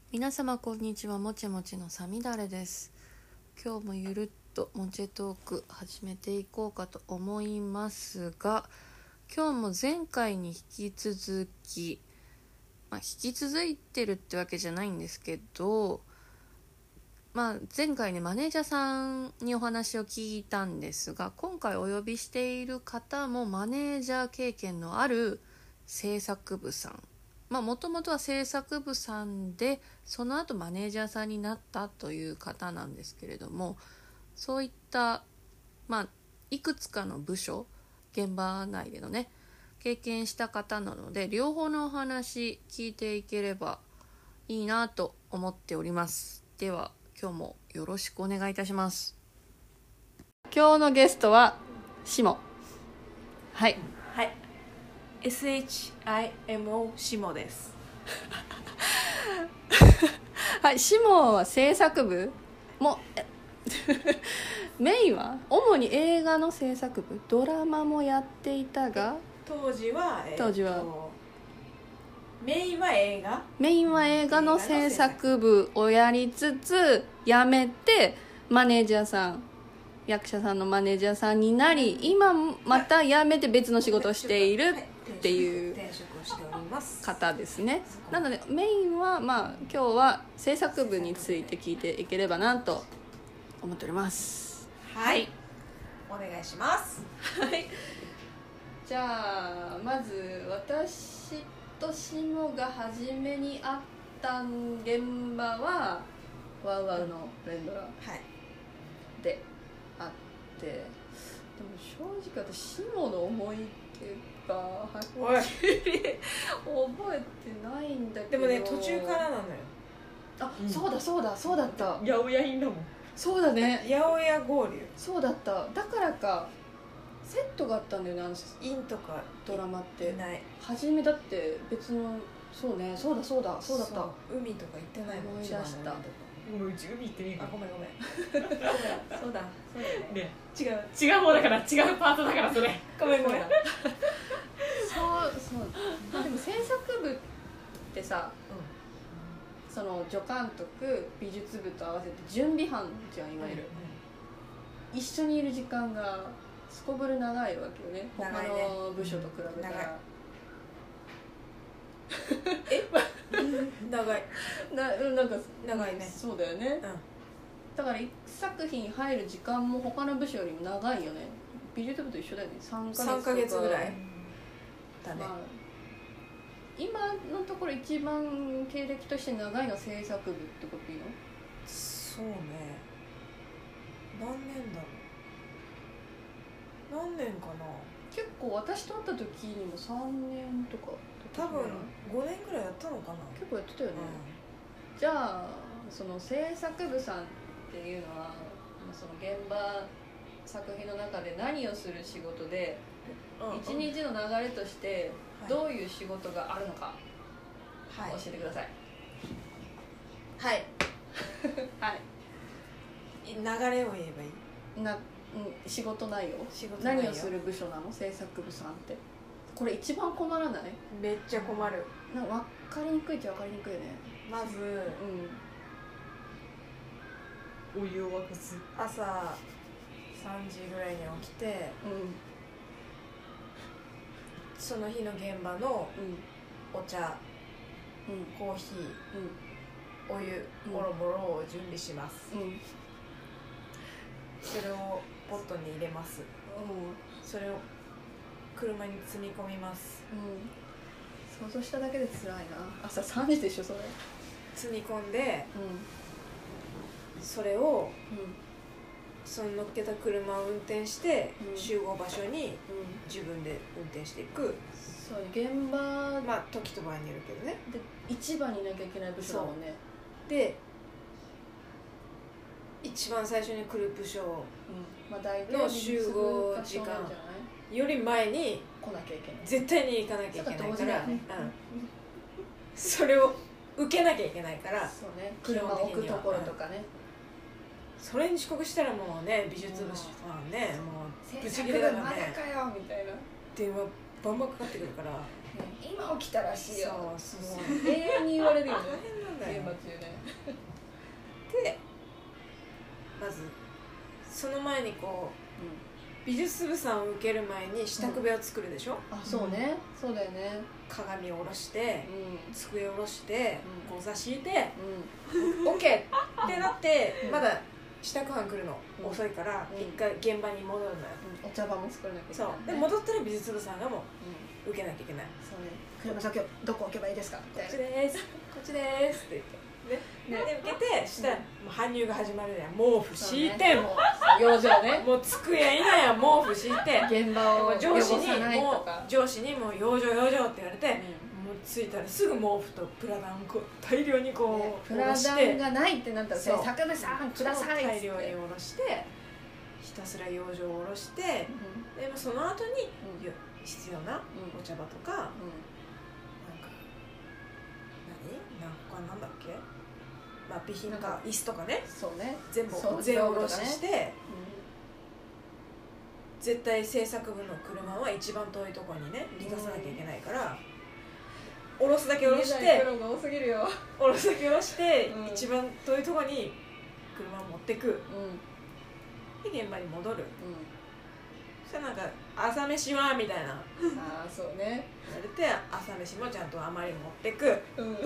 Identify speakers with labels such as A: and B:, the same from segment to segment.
A: 皆様こんにちは。もちもちのさみだれです。今日もゆるっともちトーク始めていこうかと思いますが、今日も前回に引き続き、引き続いてるってわけじゃないんですけど、前回ねマネージャーさんにお話を聞いたんですが、今回お呼びしている方もマネージャー経験のある制作部さん、もともとは制作部さんでその後マネージャーさんになったという方なんですけれども、そういったいくつかの部署、現場内でのね経験した方なので、両方のお話聞いていければいいなと思っております。では今日もよろしくお願いいたします。今日のゲストはシモ。はい、
B: SHIMO シモです。
A: はい、シモは制作部もメインは主に映画の制作部、ドラマもやっていたが、
B: 当時はメインは映画
A: の制作部をやりつつ辞めてマネージャーさん、役者さんのマネージャーさんになり、今また辞めて別の仕事をしているっていう方ですね。なのでメインは今日は制作部について聞いていければなと思っております。
B: はい、お願いします。
A: はい、じゃあまず私とシモが初めに会った現場はワウワウの連ドラであって、でも正直私シモの思い出がはっきり覚えてないんだけど、
B: でもね途中からなのよ。
A: そうだった。
B: 八百屋いんだもん。
A: そうだね、
B: 八百屋合流。
A: そうだった。だからかセットがあったんだよね、
B: インとか
A: ドラマって
B: ない。
A: 初めだって別の、そうだった。
B: 海とか行ってないもん。
A: 思い出した。
B: もううち海行ってねえから。ごめん
A: そうだ
B: ね、
A: 違う
B: 方だから、違うパートだからそれ。ごめん
A: そうでも制作部ってさ、その助監督、美術部と合わせて準備班じゃん、いわゆる、一緒にいる時間がすこぶる長いわけよね、他の部署と比べたら。
B: 長い
A: なんか
B: 長いね。
A: そうだよね、だから1作品入る時間も他の部署よりも長いよね。美術部と一緒だよね。3ヶ月
B: ぐらいだね。
A: 今のところ一番経歴として長いのは制作部ってこといいの？
B: そうね、何年だろう、何年かな。
A: 結構私と会った時にも3年とか
B: 多分5年ぐらいやったのかな。
A: 結構やってたよね、じゃあその制作部さんっていうのはその現場作品の中で何をする仕事で、一日の流れとしてどういう仕事があるのか教えてください。
B: はい
A: はい
B: 流れを言えばいい。
A: 仕事内容、何をする部署なの、制作部さんって。これ一番困らない？
B: めっちゃ困る。
A: 分かりにくいっちゃ分かりにくいよね。
B: まず、お湯を沸かす。朝3時ぐらいに起きて、その日の現場のお茶、コーヒー、お湯ボロボロを準備します、それをポットに入れます、それを車に積み込みます、
A: 想像しただけで辛いな。朝3時でしょそれ。
B: 積み込んで、それを、その乗っけた車を運転して、集合場所に自分で運転していく。
A: そう、現場
B: 時と場合によるけどね。
A: で市場にいなきゃいけない部署だもんね。
B: で一番最初に来る部署の集合時間より前に
A: 来なきゃいけない。
B: 絶対に行かなきゃいけないから、それを受けなきゃいけないから。
A: そうね、車置くところとかね、
B: それに遅刻したらもうね、美術部はね、もうブチギレだからね、
A: まだかよみたいな
B: 電話バンバンかかってくるから、
A: 今起きたらしいよ。
B: そう
A: 永遠に言われるよね。
B: 大変なんだ
A: 現場中ね
B: でまずその前にこう、美術部さんを受ける前に支度部屋を作るでしょ、
A: あ、そうね、そうだよね。
B: 鏡を下ろして、机を下ろして、
A: うん、
B: 講座敷いて、OK ってなって、まだ支度班来るの遅いから一回現場に戻るのよ、
A: お茶場も作らなきゃいけない、
B: そうで戻ったら美術部さんがもう受けなきゃいけない、
A: そうね。車先をどこ置けばいいですかみたいな。
B: こっちですこっちですって言ってね、で受けてしたらもう搬入が始まるじゃん。毛布敷いて、もう
A: 養生ね、
B: もう机いなや毛布敷いて
A: 現場を
B: 上司に
A: 汚さないと
B: も
A: か、
B: う上司にもう養生養生って言われて、もう着いたらすぐ毛布とプラダンこう大量にこう
A: プラダンがないってなったら
B: そう
A: 作部さんくださいっつって
B: 大量に下ろしてひたすら養生を下ろして、でその後に必要なお茶葉とか、なんか他なんだっけ、まあ、備品か椅子とかね、
A: そうね、
B: 全部下ろしして、絶対制作部の車は一番遠いところにね逃がさなきゃいけないから、下ろすだけ下ろして
A: プロが多すぎるよ、
B: 下ろすだけ下ろして、一番遠いところに車を持ってく、で現場に戻る、そしたらなんか朝飯はみたいな
A: ああそうね
B: 言われて、朝飯もちゃんとあまり持ってく、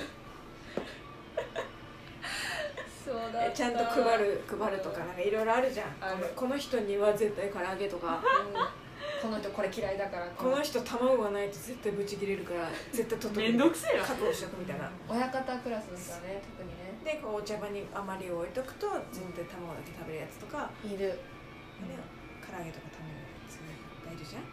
A: そうだった、
B: ちゃんと配るとかなんかいろいろあるじゃん。この人には絶対唐揚げとか、
A: この人これ嫌いだから、
B: この人卵がないと絶対ブチ切れるから絶対取っとく、
C: めんどくせえな
B: 確保しとくみたいな、
A: 親方クラスの人はね特にね、
B: でこうお茶場に余りを置いとくと絶対卵だけ食べるやつとか、
A: いる、
B: 唐揚げとか食べるやつがいるじゃん。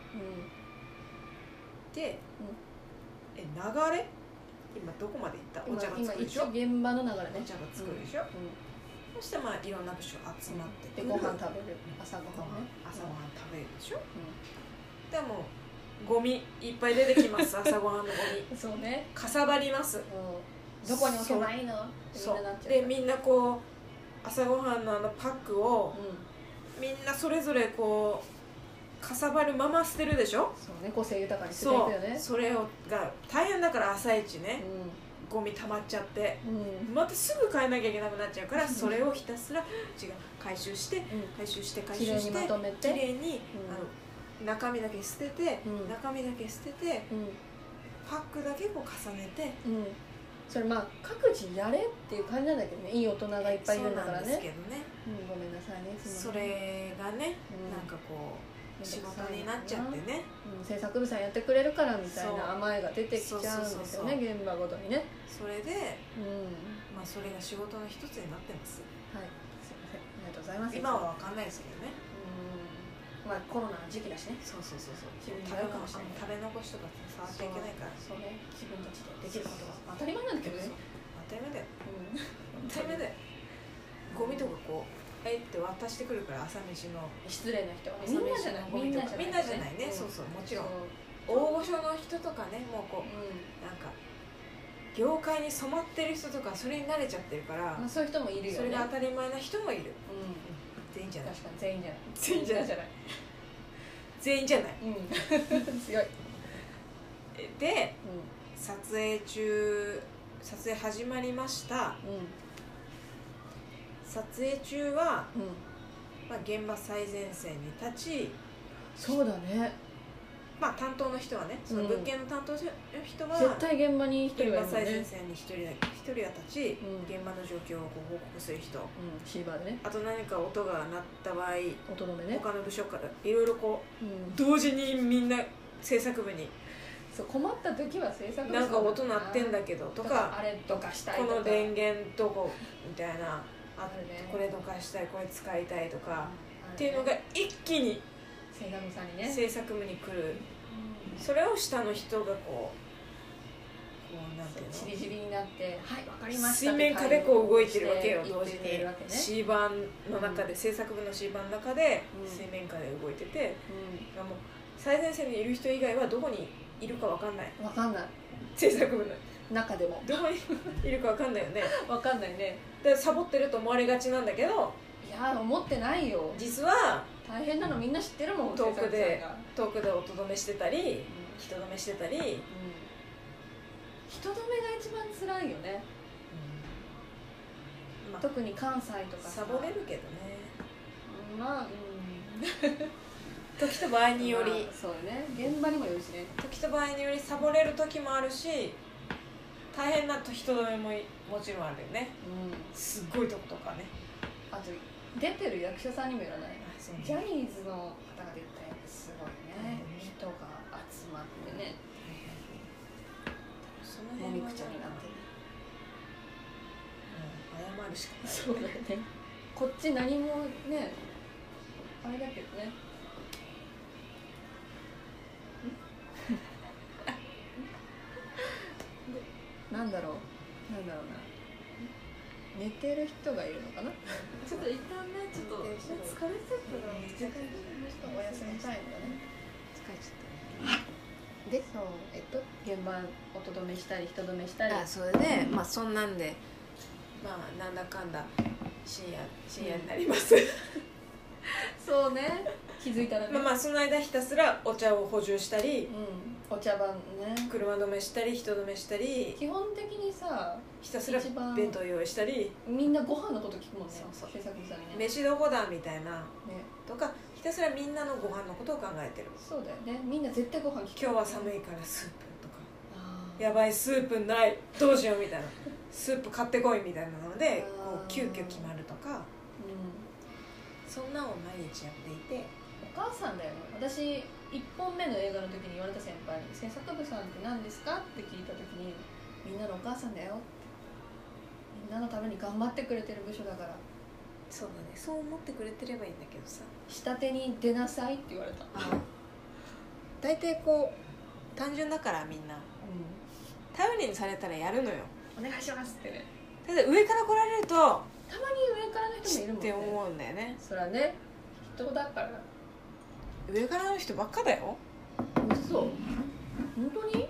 B: で、流れ今どこまで行った？お茶場作るでしょ。
A: 今現場の流れね、
B: お茶場作るでしょ、そしてまあいろんな部署集まって
A: でご飯食べる、朝ごはんね、
B: 朝ごはん食べるでしょ、でもゴミいっぱい出てきます朝ごはんのゴミ
A: そうね、
B: かさばります、
A: どこに置けばいいの
B: そうでみんなこう朝ごはんのパックを、みんなそれぞれこうかさばるまま捨てるでしょ。
A: そうね、個性豊かに捨てていくよね。
B: それが大変だから朝一ね、ゴミ溜まっちゃって、またすぐ変えなきゃいけなくなっちゃうから、それをひたすら回収して、
A: きれいにまとめて、
B: きれいに中身だけ捨てて、パックだけこう重ねて、
A: それまあ各自やれっていう感じなんだけどね、いい大人がいっぱいいるんだからね。
B: そうなんですけどね、
A: ごめんなさいね、
B: それがね、なんかこう仕事になっちゃってね、
A: 制作部さんやってくれるからみたいな甘えが出てきちゃうんですよね、現場ごとにね。
B: それで、まあそれが仕事の一つになってます。
A: はい、すいません、ありがとうございます。
B: 今は分かんないですけどね。
A: まあコロナの時期だしね。
B: そう
A: 自分
B: 食べ残しとか触っちゃいけないから。
A: そうね、自分たちでできることは当たり前なんだけどね。
B: 当たり前だよ。当たり前だよ。ゴミとかこうって渡してくるから、朝飯の
A: 失礼な人はみんなじゃない、みんなじゃない
B: ね。そうそう、もちろん大御所の人とかね、もうこうなんか業界に染まってる人とかそれに慣れちゃってるから、
A: そういう人もいるよね。
B: それが当たり前な人もいる。全員じゃない。
A: 確かに全員じゃない。
B: 全員じゃない。全員じゃない。
A: 強い。
B: で、撮影始まりました。撮影中は、まあ、現場最前線に立ち、
A: そうだね、
B: まあ担当の人はね、その物件の担当の人は
A: 絶対現場に一人はいる
B: 現場最前線に一人は立ち、現場の状況をこう報告する人、
A: シーバーでね、
B: あと何か音が鳴った場合、
A: 音止めね、
B: 他の部署からいろいろこう、同時にみんな制作部に、
A: そう困った時は制作部
B: なんか音鳴ってんだけどとか、
A: あれどかしたいとか、
B: この電源どこみたいな、
A: あるね、
B: これどかしたい、これ使いたいとか、っていうのが一気に
A: 制作部さんにね、
B: 制作部に来る、それを下の人がこうなんていうの、
A: ちりじりになってはい分かりました
B: 水面下でこう動いてるわけよ、同時に C 版の中で、制作部の C 版の中で水面下で動いてて、もう最前線にいる人以外はどこにいるか分かんない、制作部の
A: 中でも
B: どこにいるか分かんないよね
A: 分かんないね、
B: でサボってると思われがちなんだけど、
A: いや思ってないよ、
B: 実は
A: 大変なのみんな知ってるもん、
B: 遠くで音止めしてたり、人止めしてたり、
A: 人止めが一番辛いよね、 特に関西とか
B: サボれるけどね。
A: まあ
B: 時と場合により、
A: まあ、そうね、現場にもよるしね。
B: 時と場合によりサボれる時もあるし、大変な人止めももちろんあるよね、すっごいとことかね。あ
A: と出てる役者さんにもよらない。ジャニーズの方が出たらすごいね、人が集まってね、
B: その辺
A: もみくちゃになってる。
B: 謝るしかない。
A: そうだよね。こっち何もね、あれだけどね。なんだろうな、寝てる人がいるのかな。
B: ちょっと一旦ね、ちょっと疲れちゃったから
A: お休みタイムだね。
B: 疲れちゃったね。
A: で、そう現場おとどめしたり人止めしたり。
B: それでまあそんなんでなんだかんだ深夜になります、
A: そうね、気づいたらね。
B: その間ひたすらお茶を補充したり、
A: お茶番ね、
B: 車止めしたり人止めしたり、
A: 基本的にさ、
B: ひたすら弁当用意したり、
A: みんなご飯のこと聞くもんね。
B: そう
A: 制作部さんにね、
B: 飯どこだみたいな、とかひたすらみんなのご飯のことを考えてる。
A: そうだよね、みんな絶対ご飯聞く。
B: 今日は寒いからスープとか、やばいスープないどうしようみたいなスープ買ってこいみたいなのでこう急遽決まるとか、そんなのを毎日やっていて。
A: お母さんだよね。私1本目の映画の時に言われた先輩に、制作部さんって何ですかって聞いた時に、みんなのお母さんだよって、みんなのために頑張ってくれてる部署だから。
B: そうだね、そう思ってくれてればいいんだけどさ、
A: 下手に出なさいって言われた。
B: 大体こう単純だからみんな、頼りにされたらやるのよ。
A: お願いしますってね。
B: ただ上から来られると
A: たまに上からの人もいるもんね
B: って思うんだよね。
A: そりゃね、人だから
B: 上からの人ばっかだよ。
A: 嘘？本当に？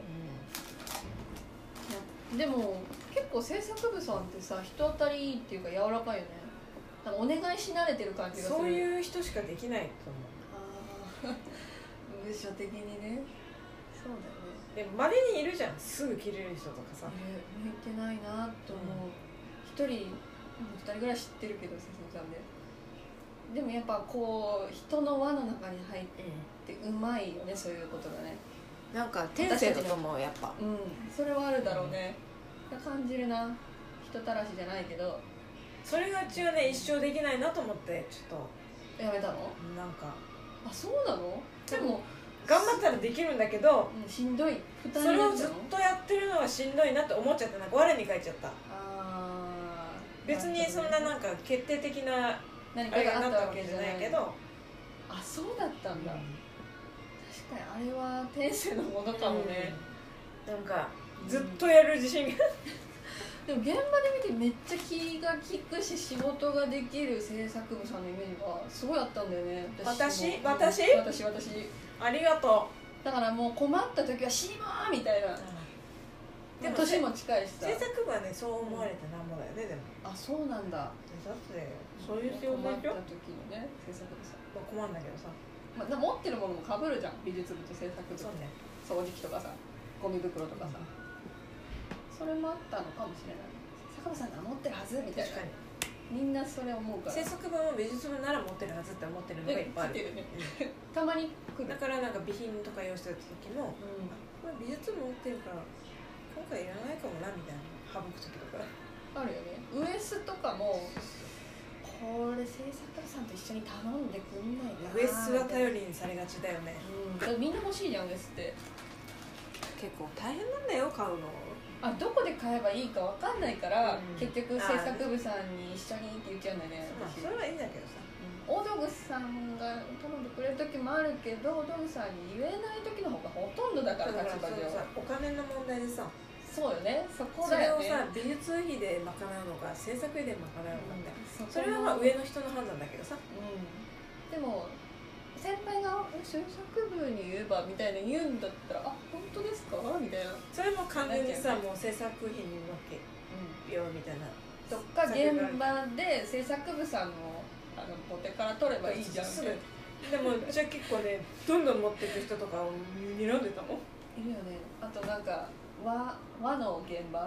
A: でも結構制作部さんってさ、人当たりいいっていうか柔らかいよね。なんかお願いし慣れてる感じがする。
B: そういう人しかできないと
A: 思う。部署的にね。そうだよね。
B: でも稀にいるじゃん、すぐ切れる人とかさ。
A: 向いてないなと思う。一人2人ぐらい知ってるけど、制作さんで。でもやっぱこう人の輪の中に入ってうまいよね、そういうことがね。
B: なんか天性だと思う、やっぱ。
A: それはあるだろうね。感じるな。人たらしじゃないけど、
B: それがうちはね、一生できないなと思ってちょっと
A: やめたの。
B: なんか
A: そうなの。でも
B: 頑張ったらできるんだけど、
A: しんどい。
B: それをずっとやってるのはしんどいなって思っちゃった。なんか我に返っちゃった。別にそんななんか決定的な
A: 何かがあったわけ
B: じゃないけど、
A: そうだったんだ。確かにあれは天性のものかもね。
B: なんかずっとやる自信が
A: でも現場で見てめっちゃ気が利くし仕事ができる制作部さんのイメージがすごいあったんだよね。
B: 私ありがと
A: う。だからもう困った時は死にまーみたいな。でも年も近いしさ、
B: 制作部はね、そう思われてなんぼだよね。でも
A: そうなんだ。だ
B: ってそういう仕事でしょ。
A: 困った時のね、制作部さん。
B: 困るんだけどさ、
A: 持ってるものもかぶるじゃん、美術部と制作部。
B: そうね、
A: 掃除機とかさ、ゴミ袋とかさ、それもあったのかもしれない。制作部さんが持ってるはずみたいな。みんなそれ思うから。制
B: 作部も美術部なら持ってるはずって思ってるのがいっぱいある。
A: たまに来る。
B: だからなんか備品とか用意してた時も、これ美術部持ってるから今回いらないかもなみたいな省く時とか
A: あるよね。ウエスとかもこれ制作部さんと一緒に頼んでくんないかな。
B: ウエスは頼りにされがちだよね。
A: みんな欲しいじゃん、ウエスって。
B: 結構大変なんだよ、買うの。
A: どこで買えばいいか分かんないから、結局制作部さんに一緒にって言っちゃうんだよね。
B: それはいいんだけどさ、
A: 大道具さんが頼んでくれる時もあるけど、大道具さんに言えない時の方がほとんどだから、立場上
B: お金の問題でさ。
A: そうよね、そこだよね。
B: それをさ、美術費で賄うのか制作費で賄うのかって、それはまあ上の人の判断だけどさ。
A: でも先輩が制作部に言えばみたいな言うんだったら、本当ですかみたいな。
B: それも完全にさ、もう制作費に分けようみたいな。
A: どっか現場で制作部さんのポテから取ればいいじゃん。で
B: もじゃあ結構ね、どんどん持っていく人とかを睨んでたもん。
A: いるよね。あとなんか和の現場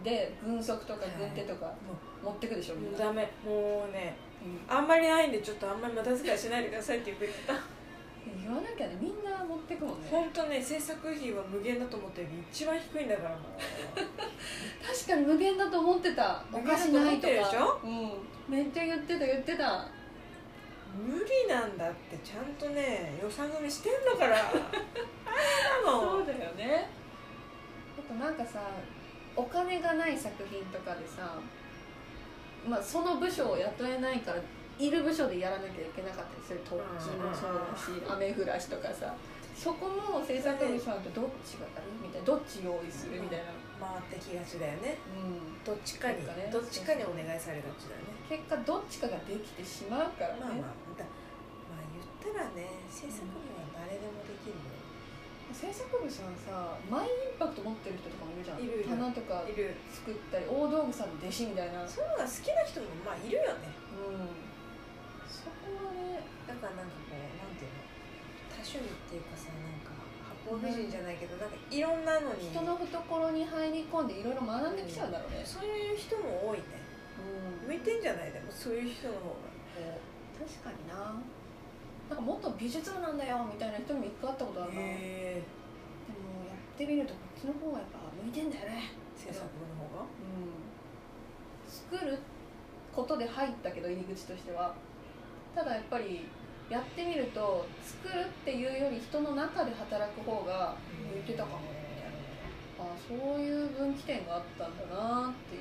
A: で軍足とか軍手とか持ってくでしょ、みんな。
B: ダメ、もうね、あんまりないんでちょっとあんまり無駄遣いしないでくださいって言ってた。
A: 言わなきゃね、みんな持ってくもんね。
B: 本当ね、制作費は無限だと思ってるけど一番低いんだからもう。
A: 確かに無限だと思ってた。お菓子ないとか。
B: 無限だと思ってるでしょ。
A: めっちゃ言ってた。
B: 無理なんだってちゃんとね予算組みしてんのから。あれなの。
A: そうだよね。あとなんかさ、お金がない作品とかでさ、まあその部署を雇えないからいる部署でやらなきゃいけなかったりする。特勤もそうだし、雨降らしとかさ、そこの制作部さんとどっちがやるみたいな、どっち用意するみたいな、
B: 回ってきがちだよね。どっちかに、
A: ね、
B: どっちかにお願いされがちだよね。
A: 結果どっちかができてしまうからね。
B: まあ言ったらね、制作部は誰でもできるのよ。
A: 制作部さんさ、マイインパクト持ってる人とかもいるじゃん。
B: いる
A: 棚とか
B: いる
A: 作ったり、大道具さんの弟子みたいな。
B: そういうのが好きな人もまあいるよね。
A: そこはね、
B: だからなんかこう、なんていうの、多趣味っていうかさ、なんか八方美人じゃないけど、なんかいろんなのに
A: 人の懐に入り込んでいろいろ学んできちゃうんだろうね。
B: そういう人も多いね。向いてんじゃない？でもそういう人の方が
A: 確かにな。なんかもっと美術部なんだよみたいな人も一回会ったことあるな。でもやってみるとこっちの方がやっぱ向いてんだよね、
B: 制作部の方が。
A: 作ることで入ったけど入り口としては。ただやっぱりやってみると、作るっていうより人の中で働く方が向いてたかもみたいな。ああ、そういう分岐点があったんだなっていう。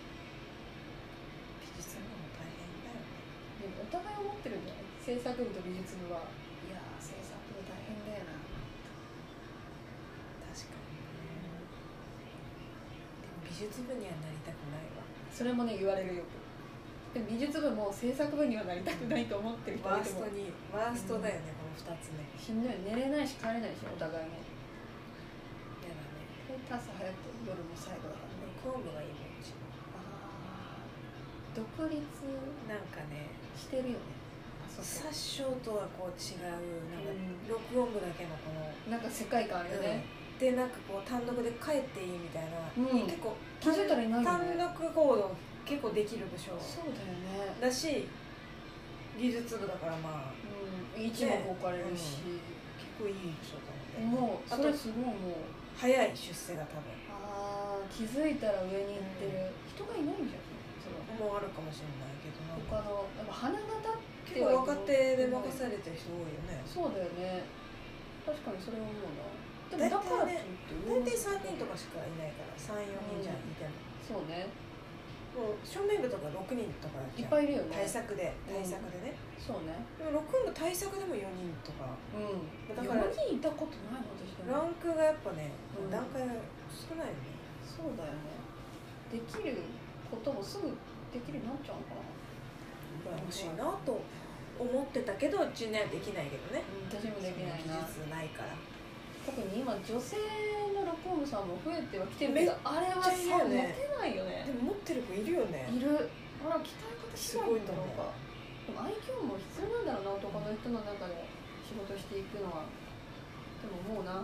B: 美術部も大変だよね。
A: でもお互い思ってるんだよね、制作部と美術部は。いやー、制作部大変だよな。
B: 確かにね。でも美術部にはなりたくないわ。
A: それもね、言われるよく。でも美術部も制作部にはなりたくないと思ってる人いても
B: ワーストだよね、この2つね。
A: しんどい。寝れないし帰れないし、お互いね。
B: やだね。
A: 朝早くて夜も最後だからね。
B: 公務がいいもんし。
A: 独立
B: なんかね
A: してるよね。
B: 殺傷とはこう違う、なんか録音部だけのこの
A: なんか世界観あるよね。
B: でなんかこう単独で帰っていいみたいな、結構
A: 気づいたらいないよね。
B: 単独行動結構できる部署
A: そうだよね。
B: だし、技術部だからまあ、
A: 一目置かれるし、
B: 結構いい部署だね。
A: もうそれすごいもう
B: 早い出世が多分。
A: 気づいたら上に行ってる、人がいないんじゃん。それ
B: もうあるかもしれないけどな。
A: 他のやっぱ花形
B: 結構若手で任されてる人多いよね。
A: そうだよね。確かにそれは思うな。でもだからって
B: 大体3人とかしかいないから、3、4人じゃん、いても。
A: そうね。
B: もう正面部とか6人とか
A: いっぱいいるよね。
B: 対策でね。
A: そうね。
B: でも6部対策でも4人とか。
A: だから4人いたことないの私。
B: ランクがやっぱね、段階が少ないよね。
A: そうだよね。できることもすぐできるようになっちゃうのかな。
B: 欲しいなと思ってたけど、うちにはできないけどね。
A: 私もできないな。
B: 技術ないから。
A: 特に今女性の録音部さんも増えてはきてるけど、あれはさ、持てないよね。
B: でも持ってる子いるよね。
A: いる。あら、鍛え方しないんだろうか。でも愛嬌も必要なんだろうな、男の人の中で仕事していくのは。でももうな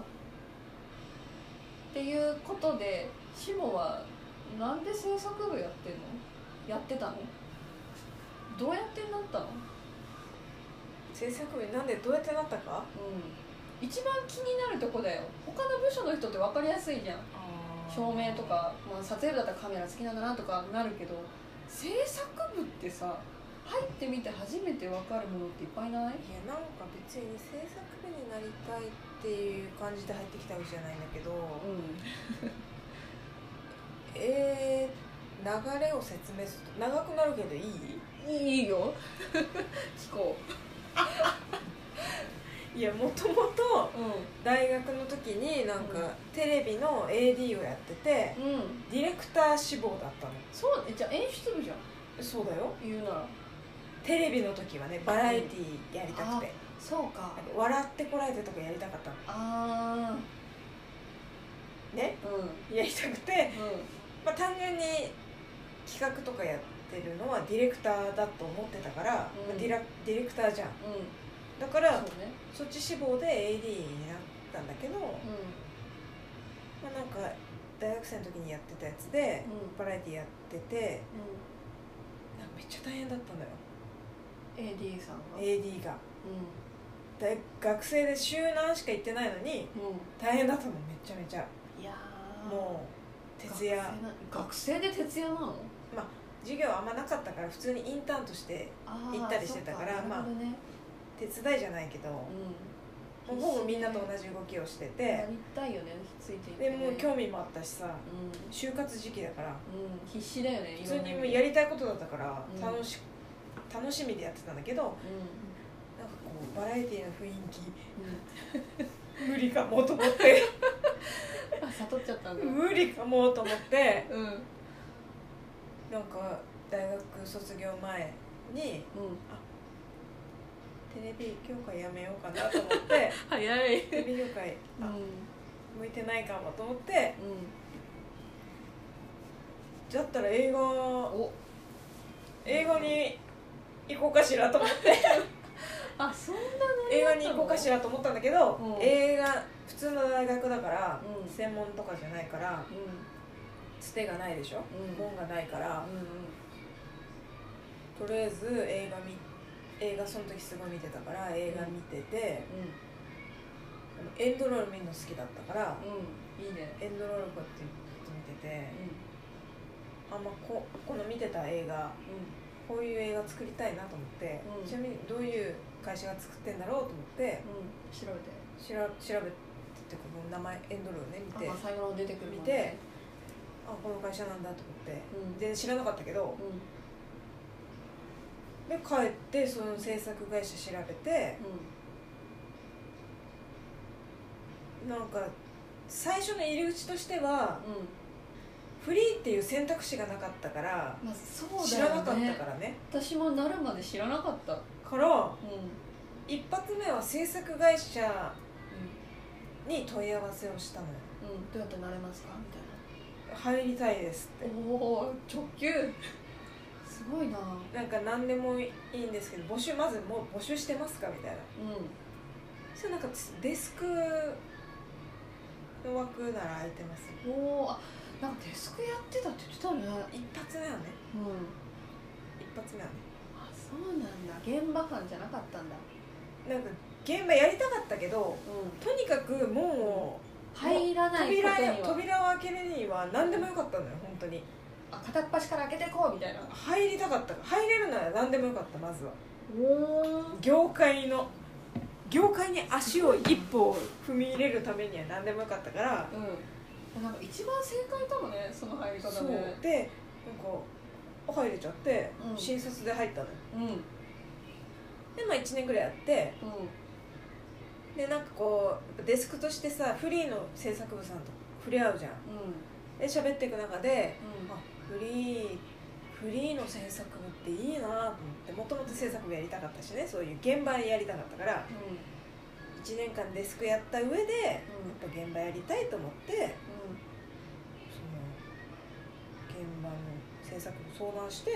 A: っていうことで、シモはなんで制作部やってんの？やってたの？どうやってなったの？
B: 制作部になんでどうやってなったか？
A: 一番気になるとこだよ。他の部署の人って分かりやすいじゃん。照明とか、撮影部だったらカメラ好きなんだなとかなるけど、制作部ってさ、入ってみて初めて分かるものっていっぱいない？い
B: や、なんか別に制作部になりたいっていう感じで入ってきたわけじゃないんだけど、流れを説明すると長くなるけどいい？
A: いいよ聞こう
B: いや、もともと大学の時になんかテレビの AD をやってて、ディレクター志望だったの。
A: そう、じゃあ演出部じゃん。
B: そうだよ。
A: 言うなら
B: テレビの時はね、バラエティーやりたくて、
A: そうか、
B: 笑ってこられてとかやりたかったの。ね、やりたくて、単純に企画とかやってるのはディレクターだと思ってたから、ディレクターじゃん、だから そっち志望で AD になったんだけど、なんか大学生の時にやってたやつで、バラエティやってて、なんかめっちゃ大変だったんだよ
A: AD さんが
B: AD が、学生で週何しか行ってないのに、大変だったのめちゃめちゃ。
A: いや
B: もう徹夜。
A: 学生で徹夜なの？
B: まあ授業あんまなかったから普通にインターンとして行ったりしてたから、まあ手伝いじゃないけど、ほぼみんなと同じ動きをしてて、
A: やりたいよね、ついていって、
B: でもう興味もあったしさ、就活時期だから、
A: 必死だよね。
B: 普通にもうやりたいことだったから楽しみでやってたんだけど、なんかこうバラエティの雰囲気、無理かもと思って
A: 悟っちゃったんだ。
B: 無理かもと思って、なんか大学卒業前に、テレビ業界やめようかなと思って
A: 早い。
B: テレビ業界向いてないかもと思って、だったら映画に行こうかしらと思って
A: あ、そんなの
B: 映画に行こうかしらと思ったんだけど、映画普通の大学だから、専門とかじゃないから、つてがないでしょ、門がないから、とりあえず映画その時すごい見てたから映画見てて、エンドロール見るの好きだったから、
A: いいね、
B: エンドロールこうやって見てて、この見てた映画、こういう映画作りたいなと思って、ちなみにどういう会社が作ってんだろうと思って、調べてってこの名前エンドロールね見て、
A: 最後の出てくる
B: 見て、この会社なんだと思って、全然知らなかったけど、で帰ってその制作会社調べて、なんか最初の入り口としては、フリーっていう選択肢がなかったから、知らなかったからね。
A: 私もなるまで知らなかった
B: から、一発目は制作会社に問い合わせをしたのよ。
A: どうやってなれますかみたいな。
B: 入りたいですって。
A: 直球すごいな。
B: なんか何でもいいんですけど、まずもう募集してますかみたいな。それなんかデスクの枠なら空いてます。
A: なんかデスクやってたって言ってたね。
B: 一発目はね。一発目はね。
A: そうなんだ。現場感じゃなかったんだ。
B: なんか現場やりたかったけど、とにかく門を
A: 入らないことには、
B: 扉を開けるには何でもよかったのよ本当に。
A: 片っ端から開けてこうみたいな。
B: 入りたかったから、入れるなら何でもよかった。まずは業界に足を一歩踏み入れるためには何でもよかったから、
A: なんか一番正解かもね、その入り方ね。
B: そうで、なんか入れちゃって、新卒で入ったのよ。で1年ぐらいやって、でなんかこうデスクとしてさ、フリーの制作部さんと触れ合うじゃん。で喋っていく中で、フリーの制作部っていいなと思って、もともと制作部やりたかったしね、そういう現場やりたかったから、1年間デスクやった上で、やっぱ現場やりたいと思って、その現場の制作部相談して、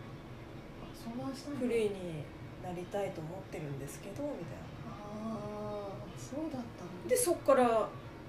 B: フリーになりたいと思ってるんですけどみたいな。
A: そうだったの。
B: でそっからなんか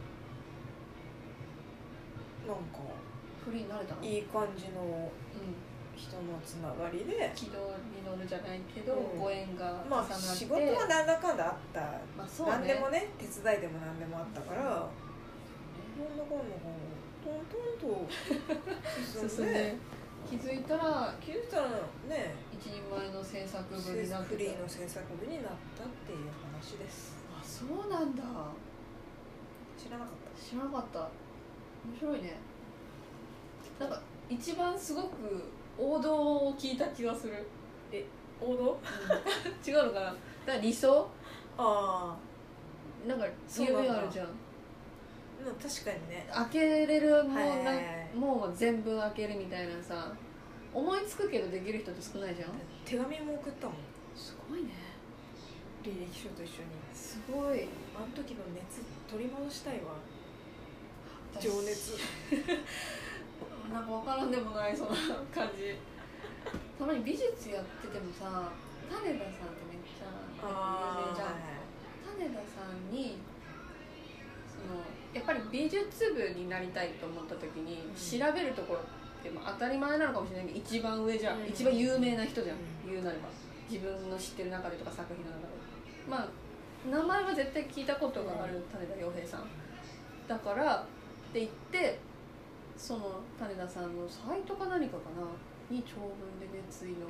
A: フリーになれたの。
B: いい感じの人のつながりで、
A: 軌道に乗るじゃないけど、ご縁が重なって、
B: 仕事はなんだかんだあった、何でもね、手伝いでも何でもあったから、どんなこんなトントンと進んで、気づいたらね、
A: 一人前の制作部になってた。
B: フリーの制作部になったっていう話です。
A: そうなんだ。
B: 知らなかった。
A: 知らなかった。面白いね。なんか一番すごく王道を聞いた気がする。
B: 王道？
A: 違うのかな。だから理想？なんか夢あるじゃん。
B: 確かにね。
A: 開けれるもう全部開けるみたいなさ、思いつくけどできる人って少ないじゃん。
B: 手紙も送ったもん。
A: すごいね。
B: 履歴書と一緒に。
A: すごい。
B: あの時の熱取り戻したいわ。情熱。
A: なんか分からんでもないそんな感じ。たまに美術やっててもさ、種田さんってめっちゃ有名じゃん。種田さんにそのやっぱり美術部になりたいと思った時に調べるところって当たり前なのかもしれないけど一番上じゃん、一番有名な人じゃん、言うなれば自分の知ってる中でとか作品の中でまあ名前は絶対聞いたことがある種田洋平さんだからって言ってその種田さんのサイトか何かかなに長文で熱意の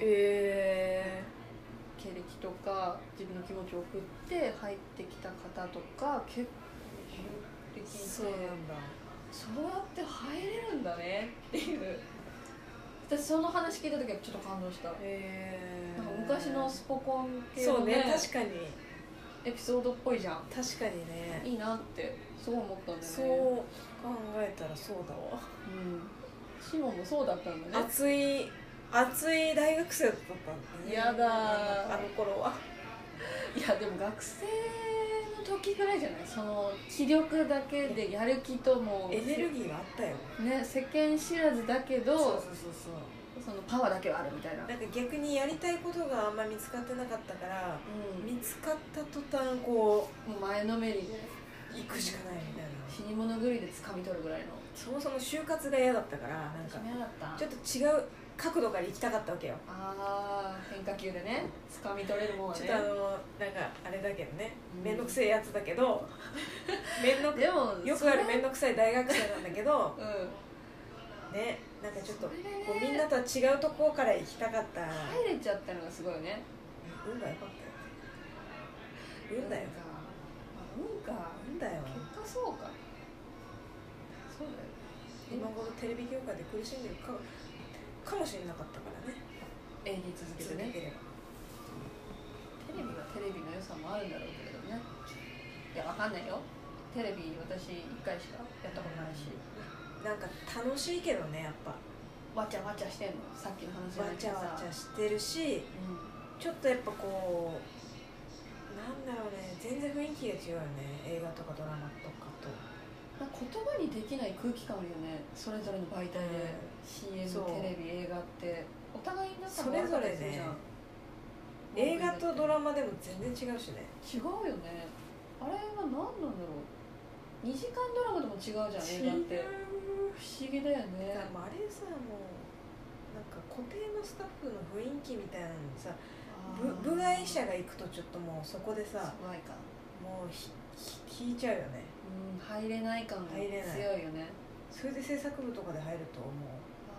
A: 経歴とか自分の気持ちを送って入ってきた方とか結構いるって聞いて、
B: そうなんだ、
A: そうやって入れるんだねっていう私その話聞いた時はちょっと感動した。なんか昔のスポコン系のね、
B: そうね、確かに
A: エピソードっぽいじゃん。
B: 確かにね、
A: いいなってそう思ったんだよね。
B: そう考えたらそうだわ。
A: シモンもそうだったんだね。
B: 熱い大学生だったんだね。
A: やだ
B: あの頃はい
A: やでも学生の時ぐらいじゃない、その気力だけでやる気とも
B: エネルギーがあったよ
A: ね、世間知らずだけど
B: そう
A: そのパワーだけはあるみたいな。
B: なんか逆にやりたいことがあんま見つかってなかったから、見つかった途端こう
A: もう前のめりで
B: 行くしかないみたいな、
A: 死に物狂いで掴み取るぐらいの。
B: そもそも就活が嫌だったから、なんかちょっと違う角度から行きたかったわけよ。
A: ああ変化球でね掴み取れるもんはね。
B: ちょっとなんかあれだけどね、面倒くせえやつだけど
A: でも
B: よくある面倒くさい大学生なんだけどね、なんかちょっとこうみんなとは違うところから行きたかった。
A: 入れちゃったのがすごいよね。
B: 運が良かったよ。運だよ。運だよ。
A: 結果そうか。そうだよ。
B: 今頃テレビ業界で苦しんでるかもしれなかったからね。
A: 永遠に続けてね。テレビはテレビの良さもあるんだろうけれどね。いやわかんないよ。テレビ私1回しかやったことないし。
B: なんか楽しいけどね、やっぱ。
A: わちゃわちゃしてんの。さっきの話じゃないけどさ。
B: わちゃわちゃしてるし、ちょっとやっぱこうなんだろうね、全然雰囲気が違うよね、映画とかドラマとかと。
A: 言葉にできない空気感あるよね、それぞれの媒体で、CM、テレビ、映画ってお互い
B: それぞれね、映画とドラマでも全然違うしね。
A: 違うよね。あれは何なんだろう、2時間ドラマでも違うじゃん、映画って。不思議だよね。
B: あれさ、もうなんか固定のスタッフの雰囲気みたいなのにさ、部外者が行くとちょっともうそこでさ、もう引いちゃうよね。
A: 入れない感が強いよね。
B: それで制作部とかで入るともう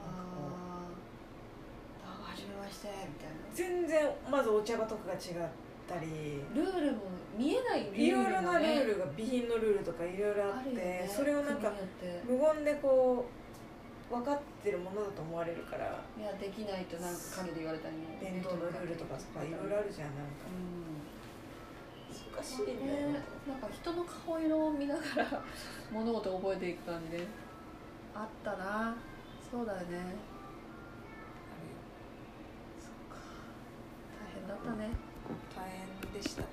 A: はじめましてみたいな。
B: 全然まずお茶場とかが違ったり、
A: ルールも見えないルールもね、
B: いろいろなルールが、備品のルールとかいろいろあって、それをなんか無言でこう分かってるものだと思われるから、
A: いやできないとなんか陰で言われたりね、
B: 伝統のルールとかいろいろあるじゃん。なんか難しいね。
A: なんか人の顔色を見ながら物事を覚えていく感じであったな。そうだよね。そっか、大変だったね。
B: 大変でした。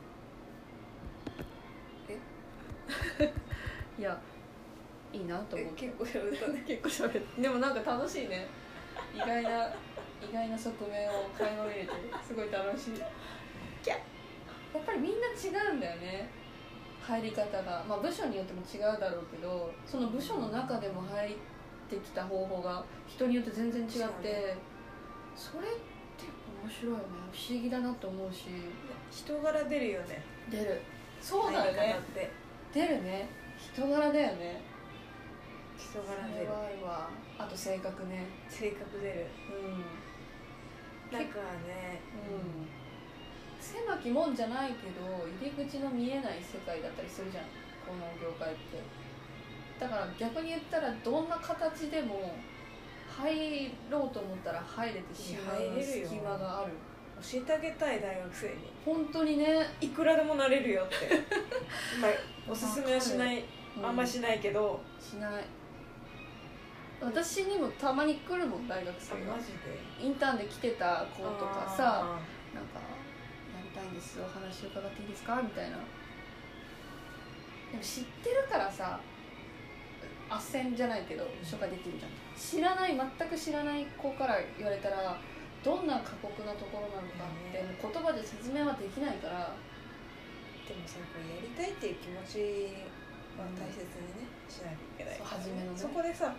A: いやいいなと思って。
B: 結構喋ったね。
A: 結構喋った。でもなんか楽しいね。意外な側面を垣間見れてすごい楽しい。やっぱりみんな違うんだよね、入り方が。部署によっても違うだろうけど、その部署の中でも入ってきた方法が人によって全然違って、それって面白いよね。不思議だなと思うし、
B: 人柄出るよね。
A: 出る。そうだよね。出るね。人柄だよね。
B: 人柄出る。 あ
A: と性格ね。
B: 性格出る。なんかね、
A: 狭きもんじゃないけど入り口の見えない世界だったりするじゃん、この業界って。だから逆に言ったらどんな形でも入ろうと思ったら入れてしまう隙間がある。
B: 教えてあげたい、大学生に。
A: 本当にね、
B: いくらでもなれるよっておすすめはしない、あんましないけど。
A: しない。私にもたまに来るもん、大学生が。
B: マジで
A: インターンで来てた子とかさ、なんかやりたいんです、お話伺っていいですかみたいな。でも知ってるからさ、斡旋じゃないけど紹介できるじゃん。全く知らない子から言われたらどんな過酷なところなのかって言葉で説明はできないから。
B: でもさ、これやりたいっていう気持ちまあ、大切にねしないといけないから、
A: 初めのね
B: そこでさ、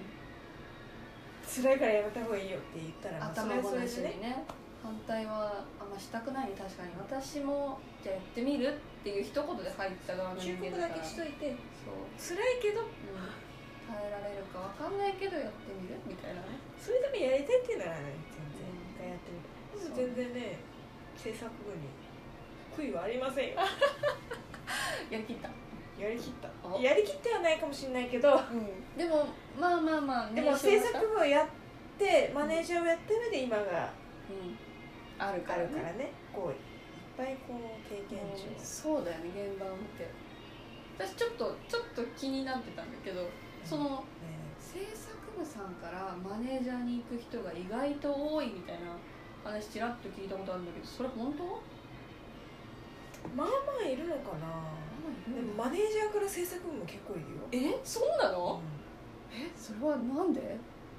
B: 辛いからやめた方がいいよって言ったら、まあ、
A: 頭ごなしにね反対はあんましたくないね。確かに私もじゃあやってみるっていう一言で入った側の人間だから、
B: 忠告だけしといて、
A: そう
B: 辛いけど、
A: 耐えられるか分かんないけどやってみるみたいなね。
B: それでもやりたいっていうならね、全然やってみる。でも全然ね、制作部に悔いはありませんよ。
A: やりきった
B: やりきったやりきってはないかもしれないけど、
A: でもまあまあまあ、
B: でも制作部をやってマネージャーをやった上で今が
A: あるから
B: ね、こういっぱいこう経験値を、
A: そうだよね。現場を見て私ちょっと気になってたんだけど、その制作部さんからマネージャーに行く人が意外と多いみたいな話ちらっと聞いたことあるんだけど、それ本当？
B: まあまあいるのかな。でもマネージャーから制作部も結構いるよ。
A: そうなの？それはなんで？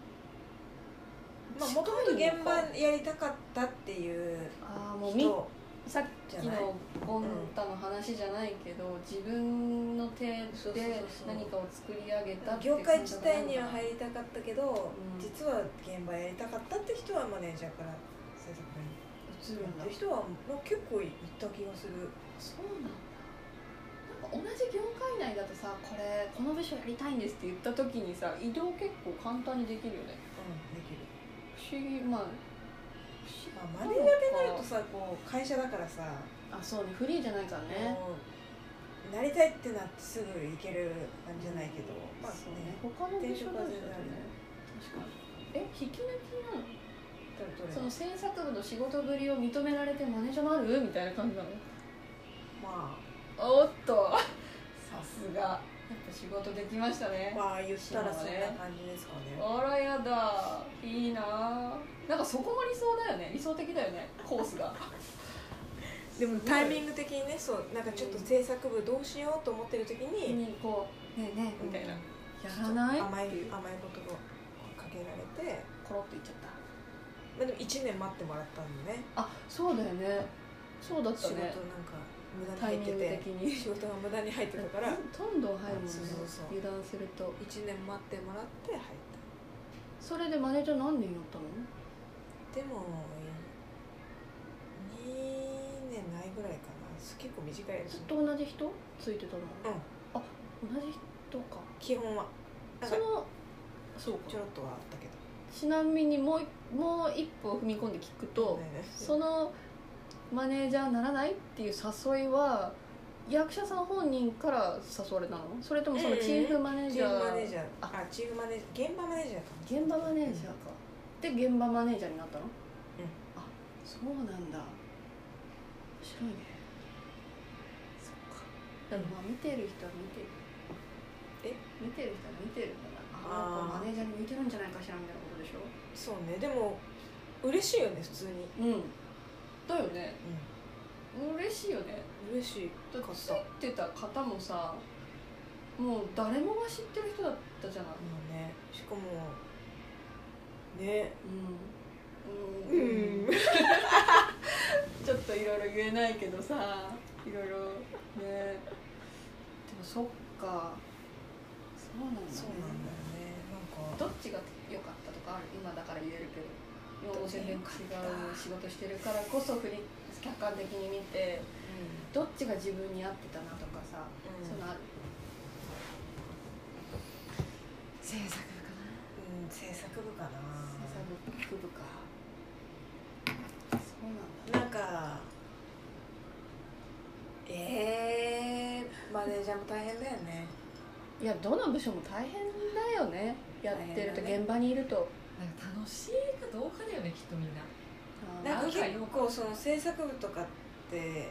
A: もと
B: もと現場やりたかったっていう人、
A: さっきのゴンタの話じゃないけど、自分の手で何かを作り上げたっていう
B: 業界自体には入りたかったけど、実は現場やりたかったって人はマネージャーから制作部に移るんだって人は結構いった気がする。
A: そうなんだ。なんか同じ業界内だとさ、この部署やりたいんですって言った時にさ、移動結構簡単にできるよね。
B: できる。
A: 不思議。マ
B: ネージャーってなるとさ、こう会社だからさ、
A: そうね、フリーじゃないからね。
B: なりたいってなってすぐ行ける感じじゃないけど、
A: そうね、他の部署だとね、確かに。引き抜きなの？その制作部の仕事ぶりを認められてマネージャーなるみたいな感じなの？おっと、さすが。やっぱ仕事できましたね。
B: 言ったらそんな感じですかね。
A: あらやだ、いいな。なんかそこも理想だよね。理想的だよね、コースが。
B: でもタイミング的にね、なんかちょっと制作部どうしようと思ってる時に、
A: こうねえねえみたいな、やらない
B: 甘い言葉をかけられて
A: コロッといっちゃった。
B: でも1年待ってもらったんでね。
A: そうだよね。そうだったね。
B: 仕事なんか無駄に入ってて、仕事が無駄に入ってたから
A: どんどん入るもんね。油断すると
B: 1年待ってもらって入った。
A: それでマネージャー何年やったの？
B: でも2年ないぐらいかな。結構短いです。
A: ずっと同じ人ついてたの？同じ人か。
B: 基本は
A: そうか、
B: ちょろっとはあったけど。
A: ちなみにもう一歩踏み込んで聞くと、そのマネージャーならないっていう誘いは役者さん本人から誘われたの？それともそのチーフマネージャー、
B: チーフマネージャー、現場マネージャーか。
A: 現場マネージャーか。で現場マネージャーになったの？そうなんだ。面白いね。そっか。でも見てる人は見てる。見てる人は見てるんだな。マネージャーに向いてるんじゃないかしらみたいなことでしょ？そうね。でも嬉しいよね、普通に。だよね。嬉しいよね。嬉しい。だってついてた方もさ、もう誰もが知ってる人だったじゃない。しかもね。ちょっといろいろ言えないけどさ、いろいろね。でもそっか。そうなんだね。なんかどっちが良かったとかある？今だから言えるけど、今も全然違う仕事してるからこそ客観的に見て、どっちが自分に合ってたなとかさ、そういうのある？制作部かな。制作部かな。制作部か。そうなんだ。なんかマネージャーも大変だよね。いや、どの部署も大変だよね。やってると、現場にいると
C: 楽しいかどうかだよね、きっとみんな。
B: なんか結構その制作部とかって、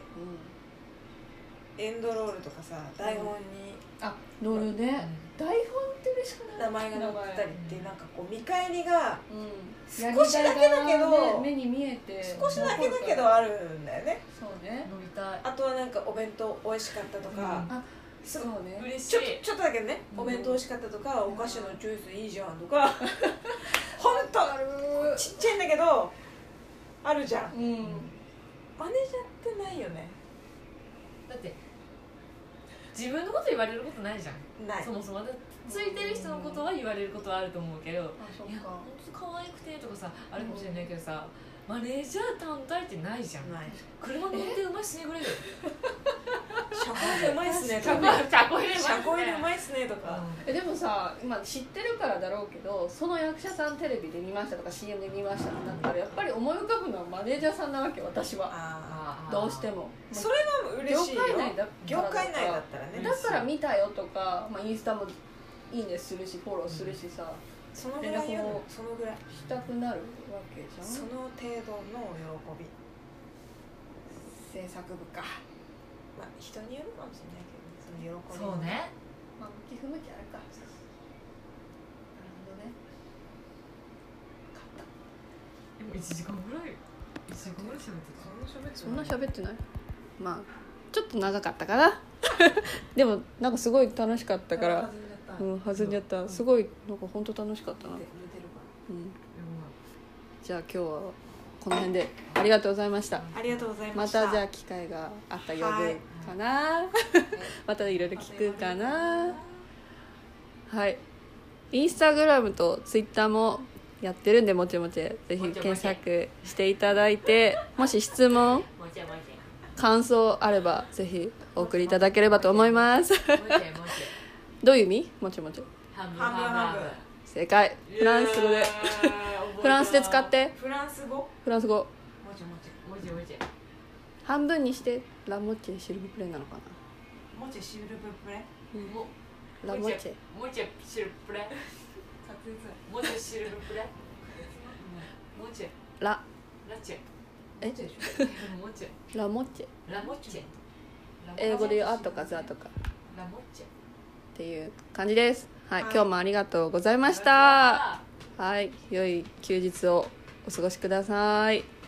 B: エンドロールとかさ、台本に
A: 乗るね。台本って嬉しくない？
B: 名前が載ったりってなんかこう見返りが
A: 少しだけだけど、
B: 目に見えて少しだけだけどあるんだよね。
A: そうね。
C: 乗りたい。
B: あとはなんかお弁当美味しかったとか、
A: そうね。
C: 嬉しい。
B: ちょっとだけね、お弁当美味しかったとか、お菓子のジュースいいじゃんとか、本当ちっちゃいんだけどあるじゃん。マネージャーってないよね。
C: だって自分のこと言われることないじゃん。
B: ない。
C: そもそもついてる人のことは言われることはあると思うけど、
A: あ、そっ
C: いや
A: か。
C: 本当可愛くてとかさあるかもしれないけどさ、マネージャー単体ってないじゃん。
B: ない。
C: 車乗ってうまいっすねぐらいだよ。
B: 車庫でうまいっすねとか。
C: 車庫入れ
B: 車庫でうまいっすねとか。
A: でもさ、今知ってるからだろうけど、その役者さんテレビで見ましたとか CM で見ましたってなったらやっぱり思い浮かぶのはマネージャーさんなわけ、私は。
B: あ
A: どうしても。
B: それは嬉しいよ。
A: 業界内
B: だったらね。
A: だから見たよとか、まあ、インスタもいいねするしフォローするしさ、
B: そのぐらいやる。そのぐらい
A: したくなるわけじゃん。
B: その程度の喜び。
A: 制作部か。
B: まあ人によるかもしれないけど、その喜び。
C: そうね。
A: まあ向き不向きあるか。なるほどね。勝った。
C: でも1時間ぐらい1時間ぐらい喋ってた。
A: そんな喋ってない。まあちょっと長かったかな。でもなんかすごい楽しかったから。弾んじゃった。すごいなんか本当楽しかったな。じゃあ今日はこの辺でありがとうございました。
B: ありがとうございま
A: ま
B: した。
A: たじゃあ機会があったら呼ぶかな。またいろいろ聞くかな。はい。インスタグラムとツイッターもやってるんで、もちもちぜひ検索していただいて、もし質問感想あればぜひお送りいただければと思います。どういう意味？もちもち。
C: 半分
B: 半分。
A: 正解。フランス語で。フランスで使って。
B: フランス語。
A: フランス語。
C: もちもちもちもち。
A: 半分にしてラモッチェシルブプレなのかな。
B: もちシルブプレ。
A: ラモッチェ。
C: もちシルブプレ。もちシルブプレ。もち。
A: ラ
C: チェ。
A: え？
C: もち。
A: ラモッチェ。
C: ラモッチェ。
A: 英語で言うあとかザとか。
C: ラモッチェ。
A: っていう感じです。はい、今日もありがとうございました。はい、良い休日をお過ごしください。